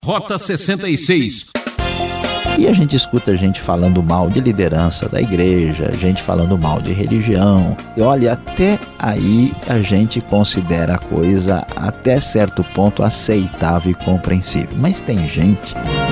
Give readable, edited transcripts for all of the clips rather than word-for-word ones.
Rota 66. E a gente escuta gente falando mal de liderança da igreja, gente falando mal de religião. E olha, até aí a gente considera a coisa até certo ponto aceitável e compreensível. Mas tem gente...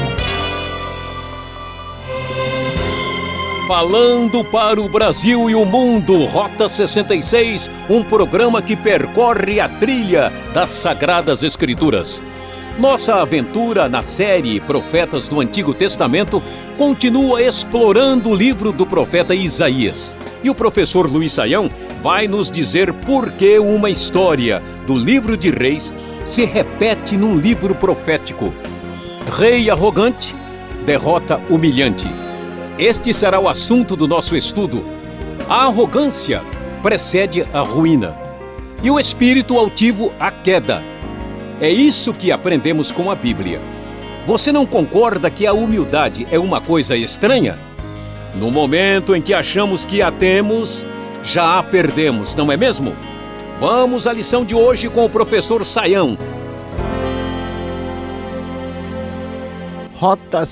Falando para o Brasil e o mundo, Rota 66, um programa que percorre a trilha das Sagradas Escrituras. Nossa aventura na série Profetas do Antigo Testamento continua explorando o livro do profeta Isaías. E o professor Luiz Saião vai nos dizer por que uma história do livro de Reis se repete num livro profético. Rei arrogante, derrota humilhante. Este será o assunto do nosso estudo. A arrogância precede a ruína e o espírito altivo a queda. É isso que aprendemos com a Bíblia. Você não concorda que a humildade é uma coisa estranha? No momento em que achamos que a temos, já a perdemos, não é mesmo? Vamos à lição de hoje com o professor Saião. Rota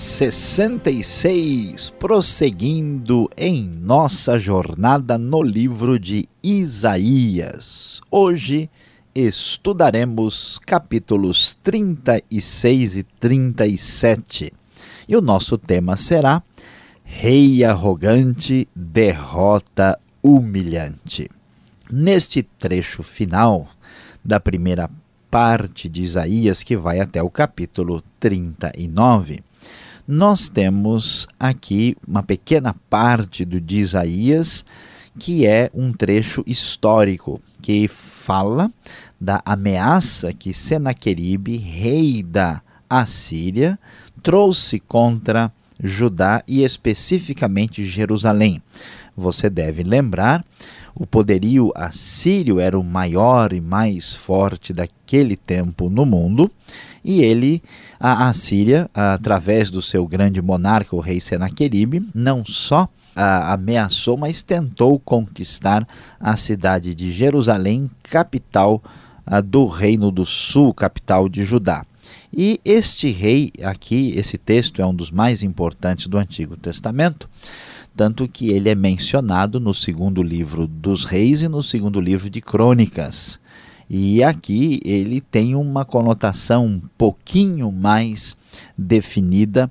66, prosseguindo em nossa jornada no livro de Isaías. Hoje estudaremos capítulos 36 e 37. E o nosso tema será Rei arrogante, derrota humilhante. Neste trecho final da primeira parte de Isaías, que vai até o capítulo 39, nós temos aqui uma pequena parte de Isaías que é um trecho histórico que fala da ameaça que Senaqueribe, rei da Assíria, trouxe contra Judá e especificamente Jerusalém. Você deve lembrar, o poderio assírio era o maior e mais forte daquele tempo no mundo, e a Assíria, através do seu grande monarca, o rei Senaqueribe, não só ameaçou, mas tentou conquistar a cidade de Jerusalém, capital do Reino do Sul, capital de Judá. E este rei aqui, esse texto é um dos mais importantes do Antigo Testamento, tanto que ele é mencionado no segundo livro dos Reis e no segundo livro de Crônicas. E aqui ele tem uma conotação um pouquinho mais definida,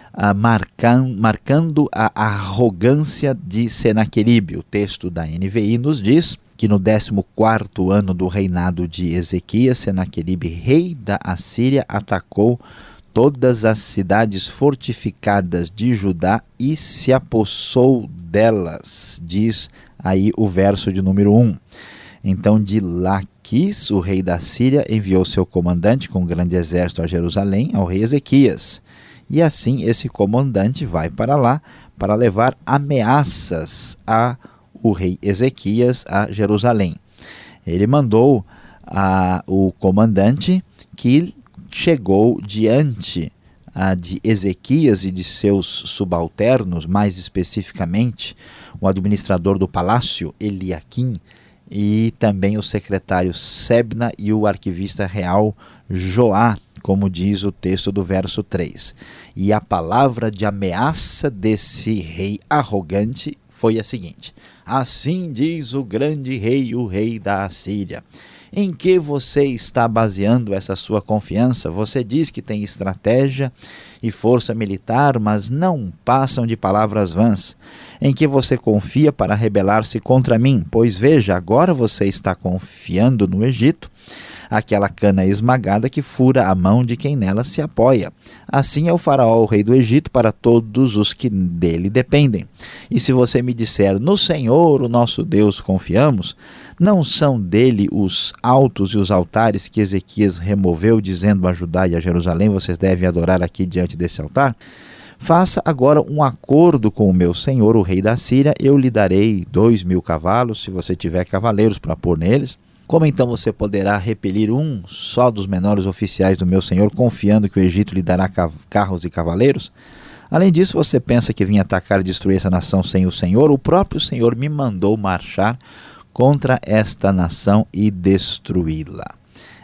marcando a arrogância de Senaqueribe. O texto da NVI nos diz que no 14º ano do reinado de Ezequias, Senaqueribe, rei da Assíria, atacou todas as cidades fortificadas de Judá e se apossou delas, diz aí o verso de número 1. Então de Laquis, o rei da Síria, enviou seu comandante com um grande exército a Jerusalém, ao rei Ezequias. E assim esse comandante vai para lá para levar ameaças ao rei Ezequias a Jerusalém. Ele mandou o comandante que chegou diante de Ezequias e de seus subalternos, mais especificamente o administrador do palácio, Eliaquim, e também o secretário Sebna e o arquivista real Joá, como diz o texto do verso 3. E a palavra de ameaça desse rei arrogante foi a seguinte: assim diz o grande rei, o rei da Assíria. Em que você está baseando essa sua confiança? Você diz que tem estratégia e força militar, mas não passam de palavras vãs. Em que você confia para rebelar-se contra mim? Pois veja, agora você está confiando no Egito, aquela cana esmagada que fura a mão de quem nela se apoia. Assim é o faraó, o rei do Egito, para todos os que dele dependem. E se você me disser, no Senhor, o nosso Deus, confiamos, não são dele os altos e os altares que Ezequias removeu, dizendo a Judá e a Jerusalém, vocês devem adorar aqui diante desse altar? Faça agora um acordo com o meu senhor, o rei da Síria, eu lhe darei 2.000 cavalos, se você tiver cavaleiros para pôr neles. Como então você poderá repelir um só dos menores oficiais do meu senhor, confiando que o Egito lhe dará carros e cavaleiros? Além disso, você pensa que vim atacar e destruir essa nação sem o Senhor? O próprio Senhor me mandou marchar contra esta nação e destruí-la.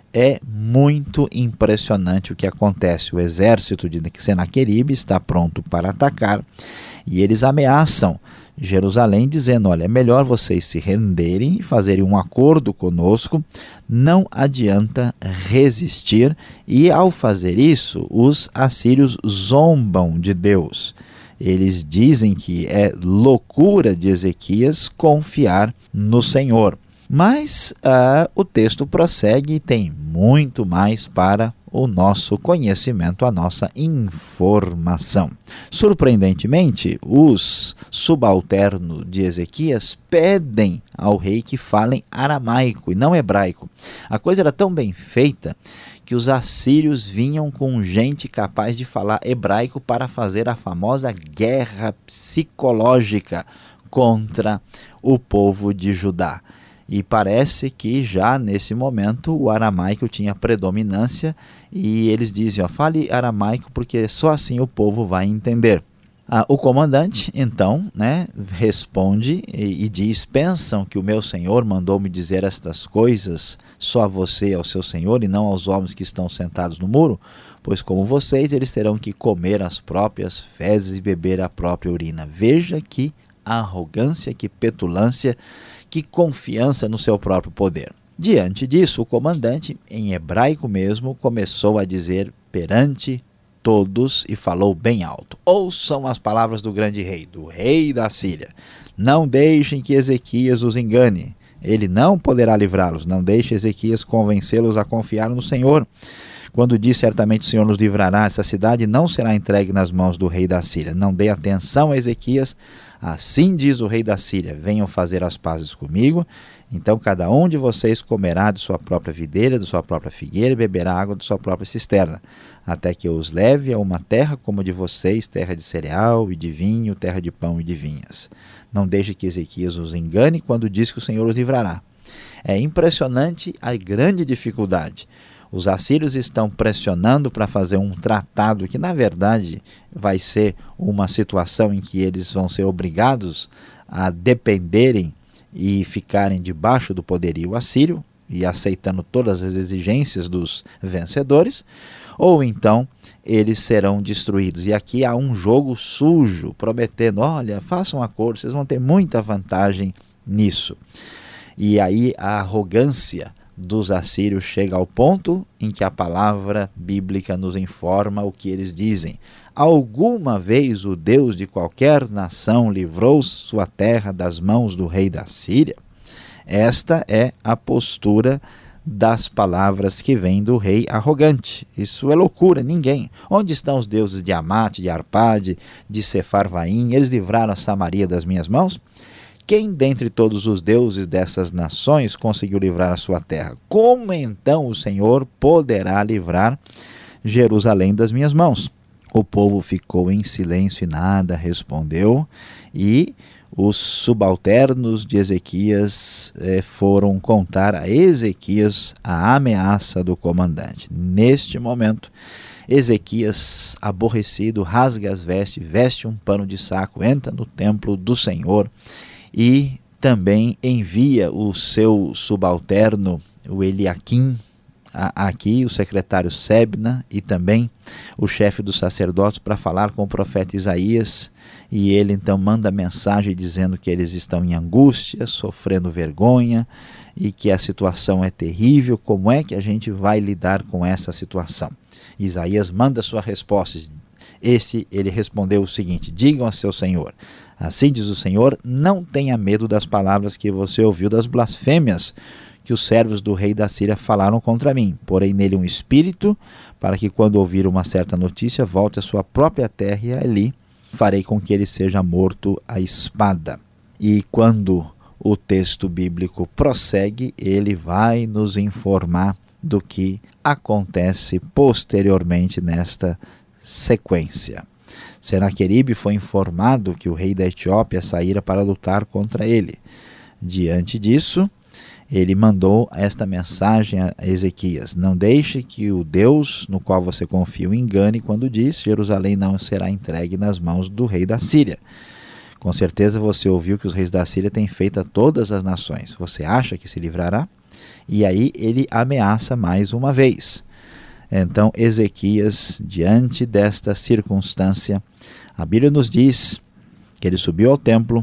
É muito impressionante o que acontece. O exército de Senaqueribe está pronto para atacar e eles ameaçam Jerusalém dizendo: olha, é melhor vocês se renderem e fazerem um acordo conosco, não adianta resistir. E ao fazer isso, os assírios zombam de Deus. Eles dizem que é loucura de Ezequias confiar no Senhor. Mas o texto prossegue e tem muito mais para o nosso conhecimento, a nossa informação. Surpreendentemente, os subalternos de Ezequias pedem ao rei que falem aramaico e não hebraico. A coisa era tão bem feita que os assírios vinham com gente capaz de falar hebraico para fazer a famosa guerra psicológica contra o povo de Judá. E parece que já nesse momento o aramaico tinha predominância e eles dizem: fale aramaico porque só assim o povo vai entender. O comandante então responde e diz: pensam que o meu senhor mandou me dizer estas coisas só a você e ao seu senhor e não aos homens que estão sentados no muro? Pois como vocês, eles terão que comer as próprias fezes e beber a própria urina. Veja que arrogância, que petulância, que confiança no seu próprio poder. Diante disso, o comandante, em hebraico mesmo, começou a dizer perante todos e falou bem alto: ouçam as palavras do grande rei, do rei da Síria. Não deixem que Ezequias os engane. Ele não poderá livrá-los. Não deixe Ezequias convencê-los a confiar no Senhor. Quando diz certamente o Senhor nos livrará, essa cidade não será entregue nas mãos do rei da Síria. Não dê atenção a Ezequias. Assim diz o rei da Síria: venham fazer as pazes comigo. Então cada um de vocês comerá de sua própria videira, de sua própria figueira, e beberá água de sua própria cisterna, até que eu os leve a uma terra como a de vocês, terra de cereal e de vinho, terra de pão e de vinhas. Não deixe que Ezequias os engane quando diz que o Senhor os livrará. É impressionante a grande dificuldade. Os assírios estão pressionando para fazer um tratado que, na verdade, vai ser uma situação em que eles vão ser obrigados a dependerem e ficarem debaixo do poderio assírio e aceitando todas as exigências dos vencedores, ou então eles serão destruídos. E aqui há um jogo sujo, prometendo: olha, façam um acordo, vocês vão ter muita vantagem nisso. E aí a arrogância dos assírios chega ao ponto em que a palavra bíblica nos informa o que eles dizem: alguma vez o Deus de qualquer nação livrou sua terra das mãos do rei da Síria? Esta é a postura das palavras que vêm do rei arrogante. Isso é loucura, ninguém. Onde estão os deuses de Amate, de Arpade, de Sefarvaim? Eles livraram a Samaria das minhas mãos? Quem dentre todos os deuses dessas nações conseguiu livrar a sua terra? Como então o Senhor poderá livrar Jerusalém das minhas mãos? O povo ficou em silêncio e nada respondeu, e os subalternos de Ezequias foram contar a Ezequias a ameaça do comandante. Neste momento, Ezequias, aborrecido, rasga as vestes, veste um pano de saco, entra no templo do Senhor e também envia o seu subalterno, o Eliaquim, aqui o secretário Sebna e também o chefe dos sacerdotes para falar com o profeta Isaías, e ele então manda mensagem dizendo que eles estão em angústia, sofrendo vergonha e que a situação é terrível. Como é que a gente vai lidar com essa situação? Isaías manda sua resposta. Ele respondeu o seguinte: digam a seu senhor: assim diz o Senhor, não tenha medo das palavras que você ouviu, das blasfêmias que os servos do rei da Síria falaram contra mim. Porém nele um espírito, para que quando ouvir uma certa notícia, volte à sua própria terra, e ali farei com que ele seja morto à espada. E quando o texto bíblico prossegue, ele vai nos informar do que acontece posteriormente nesta sequência. Senaqueribe foi informado que o rei da Etiópia saíra para lutar contra ele. Diante disso, ele mandou esta mensagem a Ezequias: não deixe que o Deus no qual você confia o engane quando diz: Jerusalém não será entregue nas mãos do rei da Síria. Com certeza você ouviu que os reis da Síria têm feito a todas as nações. Você acha que se livrará? E aí ele ameaça mais uma vez. Então Ezequias, diante desta circunstância, a Bíblia nos diz que ele subiu ao templo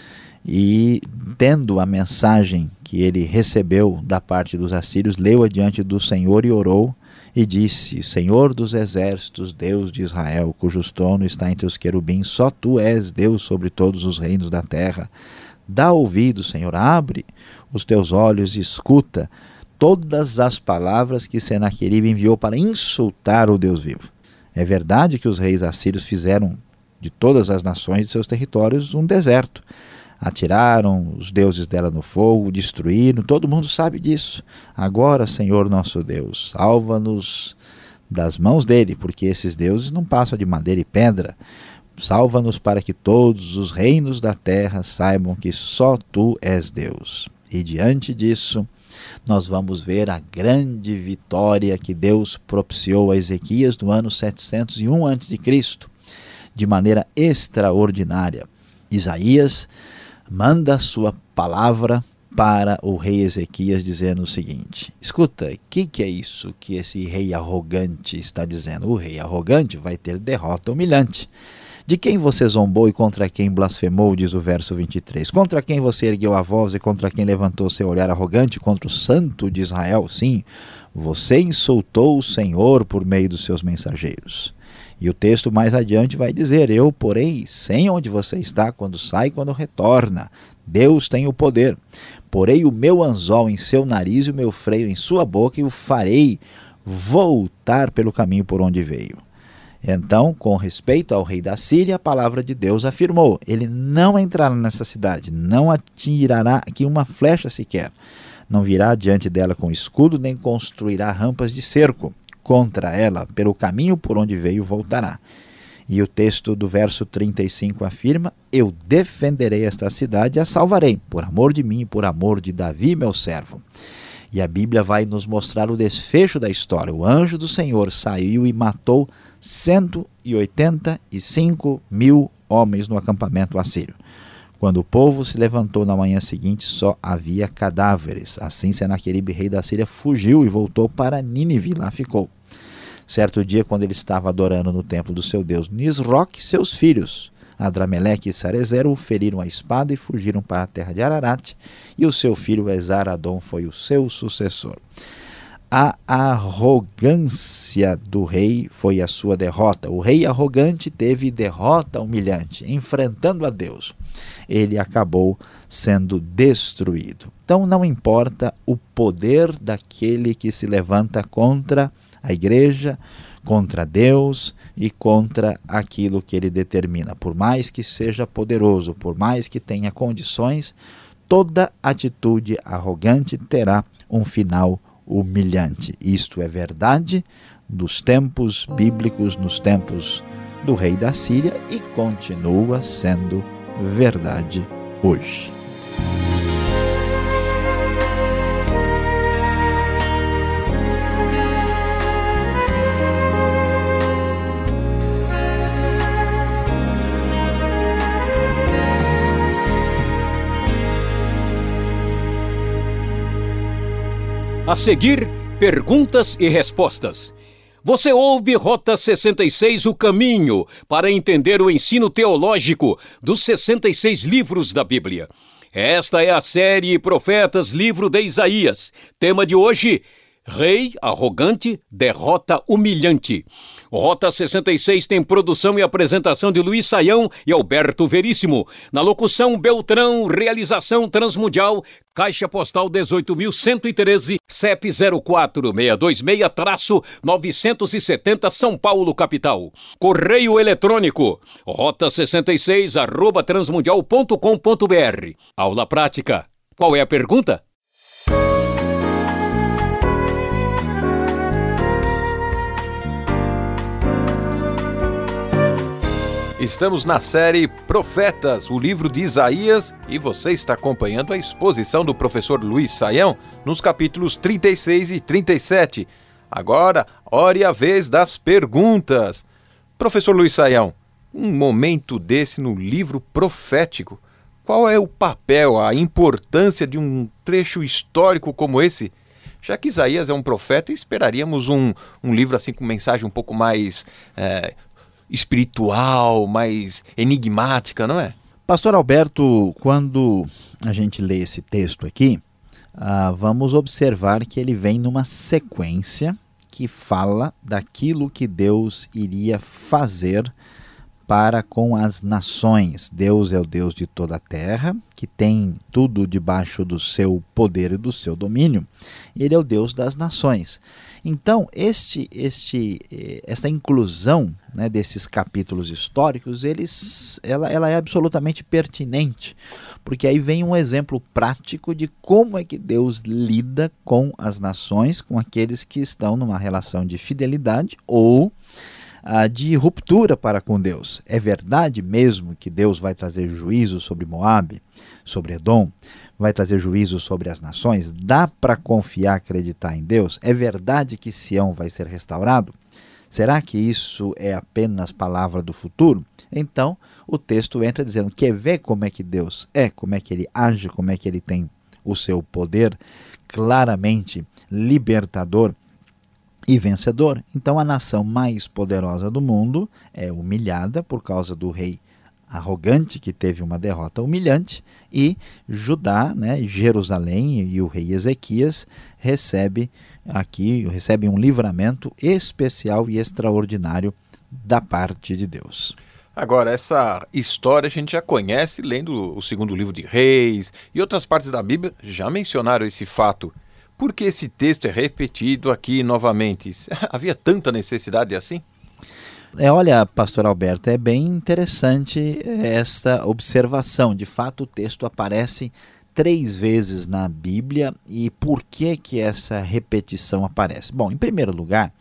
e, tendo a mensagem que ele recebeu da parte dos assírios, leu adiante do Senhor e orou e disse: Senhor dos exércitos, Deus de Israel, cujo trono está entre os querubins, só tu és Deus sobre todos os reinos da terra. Dá ouvido, Senhor, abre os teus olhos e escuta todas as palavras que Senaqueribe enviou para insultar o Deus vivo. É verdade que os reis assírios fizeram de todas as nações de seus territórios um deserto. Atiraram os deuses dela no fogo, destruíram, todo mundo sabe disso. Agora, Senhor nosso Deus, salva-nos das mãos dele, porque esses deuses não passam de madeira e pedra. Salva-nos para que todos os reinos da terra saibam que só tu és Deus. E diante disso, nós vamos ver a grande vitória que Deus propiciou a Ezequias no ano 701 a.C., de maneira extraordinária. Isaías manda a sua palavra para o rei Ezequias, dizendo o seguinte: escuta, o que é isso que esse rei arrogante está dizendo? O rei arrogante vai ter derrota humilhante. De quem você zombou e contra quem blasfemou, diz o verso 23. Contra quem você ergueu a voz e contra quem levantou seu olhar arrogante? Contra o Santo de Israel, sim. Você insultou o Senhor por meio dos seus mensageiros. E o texto mais adiante vai dizer: eu, porém, sei onde você está quando sai e quando retorna. Deus tem o poder. Porei o meu anzol em seu nariz e o meu freio em sua boca e o farei voltar pelo caminho por onde veio. Então, com respeito ao rei da Síria, a palavra de Deus afirmou: ele não entrará nessa cidade, não atirará aqui uma flecha sequer, não virá diante dela com escudo, nem construirá rampas de cerco. Contra ela, pelo caminho por onde veio, voltará. E o texto do verso 35 afirma: eu defenderei esta cidade e a salvarei, por amor de mim e por amor de Davi, meu servo. E a Bíblia vai nos mostrar o desfecho da história. O anjo do Senhor saiu e matou 185.000 homens no acampamento assírio. Quando o povo se levantou na manhã seguinte, só havia cadáveres. Assim Senaqueribe, rei da Síria, fugiu e voltou para Nínive, lá ficou. Certo dia, quando ele estava adorando no templo do seu deus Nisroque, seus filhos, Adrameleque e Sarezer, o feriram a espada e fugiram para a terra de Ararat, e o seu filho Esar-Adom foi o seu sucessor. A arrogância do rei foi a sua derrota. O rei arrogante teve derrota humilhante, enfrentando a Deus. Ele acabou sendo destruído. Então não importa o poder daquele que se levanta contra a igreja, contra Deus e contra aquilo que ele determina. Por mais que seja poderoso, por mais que tenha condições, toda atitude arrogante terá um final humilhante. Isto é verdade dos tempos bíblicos, nos tempos do rei da Síria, e continua sendo verdade hoje. A seguir, perguntas e respostas. Você ouve Rota 66, o caminho para entender o ensino teológico dos 66 livros da Bíblia. Esta é a série Profetas, livro de Isaías. Tema de hoje: Rei arrogante, derrota humilhante. Rota 66 tem produção e apresentação de Luiz Saião e Alberto Veríssimo. Na locução, Beltrão, realização Transmundial, Caixa Postal 18.113, CEP 04626-970, São Paulo, capital. Correio eletrônico, rota66@transmundial.com.br. Aula prática. Qual é a pergunta? Estamos na série Profetas, o livro de Isaías, e você está acompanhando a exposição do professor Luiz Saião nos capítulos 36 e 37. Agora, hora e a vez das perguntas. Professor Luiz Saião, um momento desse no livro profético, qual é o papel, a importância de um trecho histórico como esse? Já que Isaías é um profeta, esperaríamos um livro assim com mensagem um pouco mais espiritual, mais enigmática, não é? Pastor Alberto, quando a gente lê esse texto aqui, vamos observar que ele vem numa sequência que fala daquilo que Deus iria fazer para com as nações. Deus é o Deus de toda a terra, que tem tudo debaixo do seu poder e do seu domínio. Ele é o Deus das nações. Então, essa inclusão, né, desses capítulos históricos, ela é absolutamente pertinente, porque aí vem um exemplo prático de como é que Deus lida com as nações, com aqueles que estão numa relação de fidelidade ou de ruptura para com Deus. É verdade mesmo que Deus vai trazer juízo sobre Moabe, sobre Edom, vai trazer juízo sobre as nações? Dá para confiar, acreditar em Deus? É verdade que Sião vai ser restaurado? Será que isso é apenas palavra do futuro? Então, o texto entra dizendo, quer ver como é que Deus é, como é que ele age, como é que ele tem o seu poder claramente libertador e vencedor? Então a nação mais poderosa do mundo é humilhada por causa do rei arrogante que teve uma derrota humilhante, e Judá, né, Jerusalém e o rei Ezequias recebem um livramento especial e extraordinário da parte de Deus. Agora, essa história a gente já conhece lendo o segundo livro de Reis, e outras partes da Bíblia já mencionaram esse fato. Por que esse texto é repetido aqui novamente? Havia tanta necessidade assim? Olha, pastor Alberto, é bem interessante esta observação. De fato, o texto aparece 3 vezes na Bíblia. E por que essa repetição aparece? Bom, em primeiro lugar,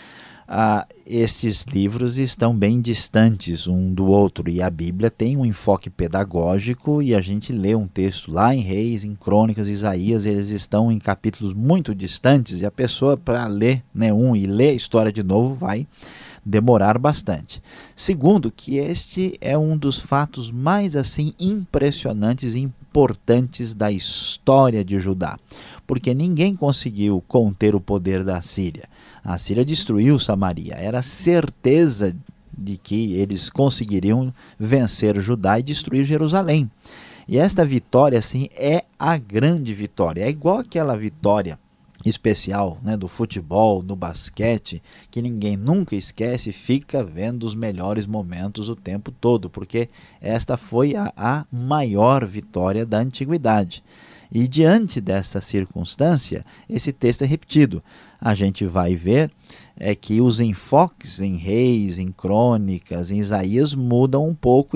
esses livros estão bem distantes um do outro, e a Bíblia tem um enfoque pedagógico, e a gente lê um texto lá em Reis, em Crônicas, Isaías, eles estão em capítulos muito distantes, e a pessoa, para ler, né, e ler a história de novo, vai demorar bastante. Segundo, que este é um dos fatos mais assim impressionantes e importantes da história de Judá, porque ninguém conseguiu conter o poder da Assíria. A Assíria destruiu Samaria, era certeza de que eles conseguiriam vencer Judá e destruir Jerusalém. E esta vitória, assim, é a grande vitória. É igual aquela vitória especial, né, do futebol, no basquete, que ninguém nunca esquece e fica vendo os melhores momentos o tempo todo, porque esta foi a maior vitória da antiguidade. E diante dessa circunstância, esse texto é repetido. A gente vai ver que os enfoques em Reis, em Crônicas, em Isaías mudam um pouco,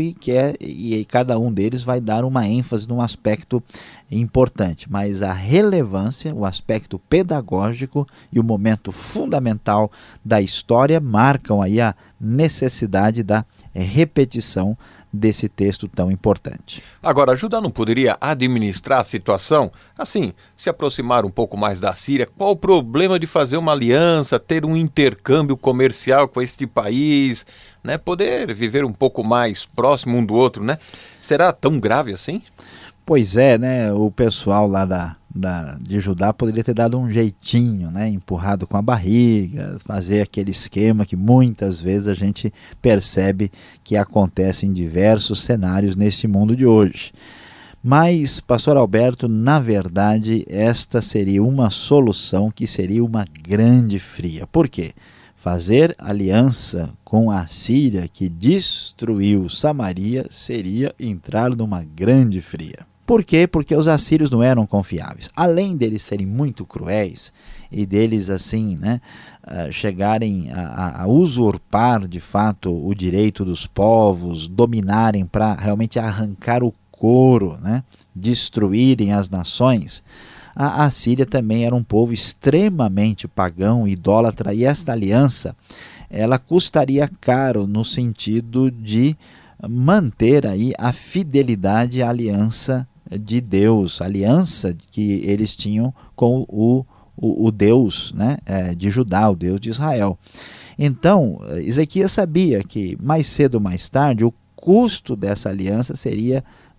e cada um deles vai dar uma ênfase num aspecto importante. Mas a relevância, o aspecto pedagógico e o momento fundamental da história marcam aí a necessidade da repetição desse texto tão importante. Agora, Judá não poderia administrar a situação? Assim, se aproximar um pouco mais da Síria? Qual o problema de fazer uma aliança, ter um intercâmbio comercial com este país, né? Poder viver um pouco mais próximo um do outro, né? Será tão grave assim? Pois é, né? O pessoal lá de Judá poderia ter dado um jeitinho, né? Empurrado com a barriga, fazer aquele esquema que muitas vezes a gente percebe que acontece em diversos cenários nesse mundo de hoje. Mas, pastor Alberto, na verdade, esta seria uma solução que seria uma grande fria. Por quê? Fazer aliança com a Síria, que destruiu Samaria, seria entrar numa grande fria. Por quê? Porque os assírios não eram confiáveis. Além deles serem muito cruéis e deles assim, né, chegarem a usurpar de fato o direito dos povos, dominarem para realmente arrancar o couro, né, destruírem as nações, a Assíria também era um povo extremamente pagão, idólatra, e esta aliança ela custaria caro no sentido de manter aí a fidelidade à aliança de Deus, a aliança que eles tinham com o Deus, né, de Judá, o Deus de Israel. Então, Ezequias sabia que mais cedo ou mais tarde o custo dessa aliança seria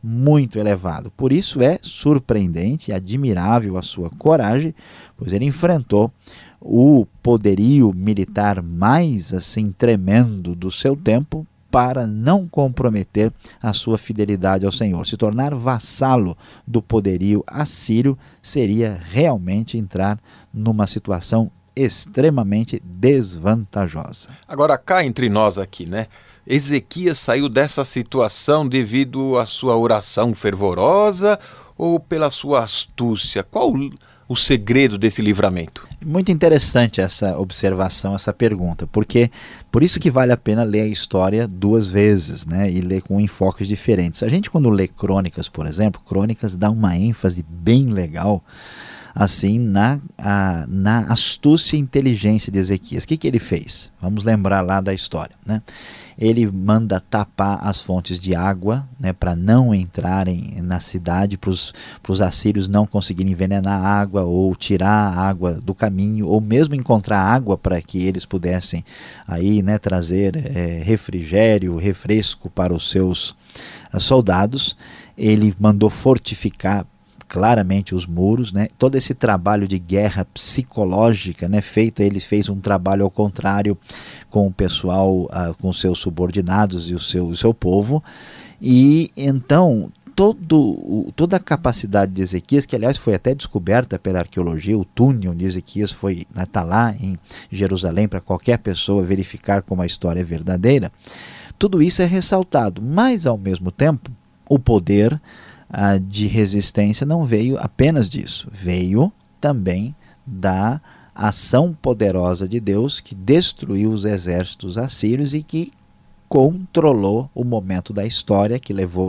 muito elevado. Por isso é surpreendente e admirável a sua coragem, pois ele enfrentou o poderio militar mais assim tremendo do seu tempo para não comprometer a sua fidelidade ao Senhor. Se tornar vassalo do poderio assírio seria realmente entrar numa situação extremamente desvantajosa. Agora, cá entre nós aqui, né? Ezequias saiu dessa situação devido à sua oração fervorosa ou pela sua astúcia? Qual o segredo desse livramento? Muito interessante essa observação, essa pergunta, porque por isso que vale a pena ler a história duas vezes, né? E ler com enfoques diferentes. A gente, quando lê Crônicas, por exemplo, Crônicas dá uma ênfase bem legal assim na astúcia e inteligência de Ezequias. O que ele fez? Vamos lembrar lá da história, né? Ele manda tapar as fontes de água, né, para não entrarem na cidade, para os assírios não conseguirem envenenar a água ou tirar a água do caminho, ou mesmo encontrar água para que eles pudessem aí, né, trazer refrigério, refresco para os seus soldados. Ele mandou fortificar claramente os muros, né? Todo esse trabalho de guerra psicológica, né, ele fez um trabalho ao contrário com o pessoal, com seus subordinados e o seu povo, e então toda a capacidade de Ezequias, que aliás foi até descoberta pela arqueologia, o túnel de Ezequias está lá em Jerusalém para qualquer pessoa verificar como a história é verdadeira. Tudo isso é ressaltado, mas ao mesmo tempo o poder de resistência não veio apenas disso, veio também da ação poderosa de Deus que destruiu os exércitos assírios e que controlou o momento da história que levou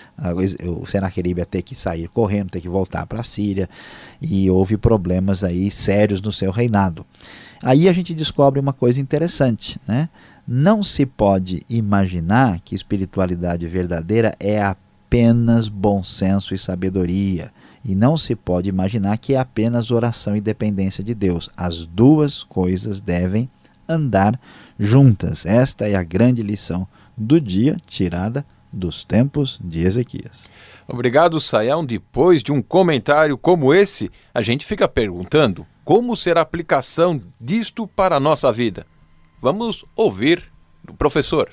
o Senaqueribe a ter que sair correndo, ter que voltar para a Síria, e houve problemas aí sérios no seu reinado. Aí a gente descobre uma coisa interessante, né? Não se pode imaginar que espiritualidade verdadeira é apenas bom senso e sabedoria, e não se pode imaginar que é apenas oração e dependência de Deus. As duas coisas devem andar juntas. Esta é a grande lição do dia, tirada dos tempos de Ezequias. Obrigado, Sayão. Depois de um comentário como esse, a gente fica perguntando como será a aplicação disto para a nossa vida. Vamos ouvir do professor.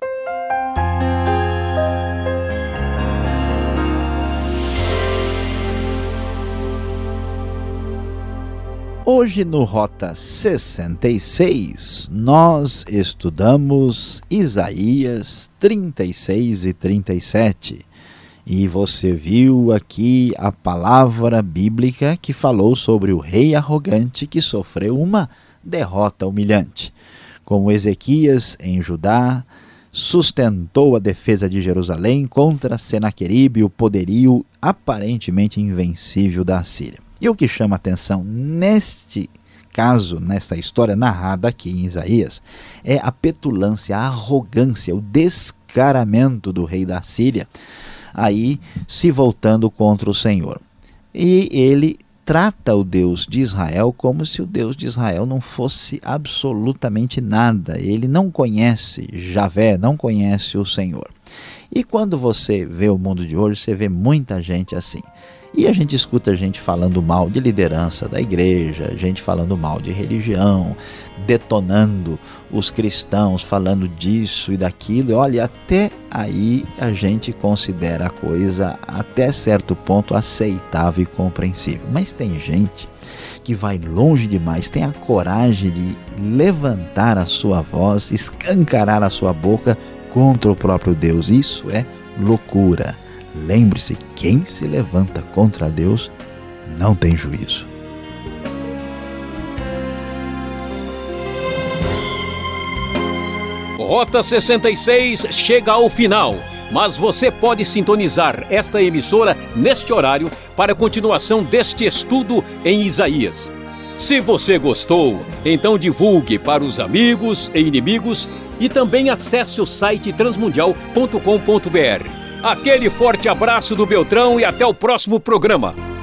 Hoje no Rota 66, nós estudamos Isaías 36 e 37. E você viu aqui a palavra bíblica que falou sobre o rei arrogante que sofreu uma derrota humilhante. Como Ezequias, em Judá, sustentou a defesa de Jerusalém contra Senaqueribe, o poderio aparentemente invencível da Assíria. E o que chama atenção neste caso, nesta história narrada aqui em Isaías, é a petulância, a arrogância, o descaramento do rei da Síria, aí se voltando contra o Senhor. E ele trata o Deus de Israel como se o Deus de Israel não fosse absolutamente nada. Ele não conhece Javé, não conhece o Senhor. E quando você vê o mundo de hoje, você vê muita gente assim. E a gente escuta gente falando mal de liderança da igreja, gente falando mal de religião, detonando os cristãos, falando disso e daquilo. E olha, até aí a gente considera a coisa até certo ponto aceitável e compreensível. Mas tem gente que vai longe demais, tem a coragem de levantar a sua voz, escancarar a sua boca contra o próprio Deus. Isso é loucura. Lembre-se, quem se levanta contra Deus não tem juízo. Rota 66 chega ao final, mas você pode sintonizar esta emissora neste horário para a continuação deste estudo em Isaías. Se você gostou, então divulgue para os amigos e inimigos e também acesse o site transmundial.com.br. Aquele forte abraço do Beltrão e até o próximo programa.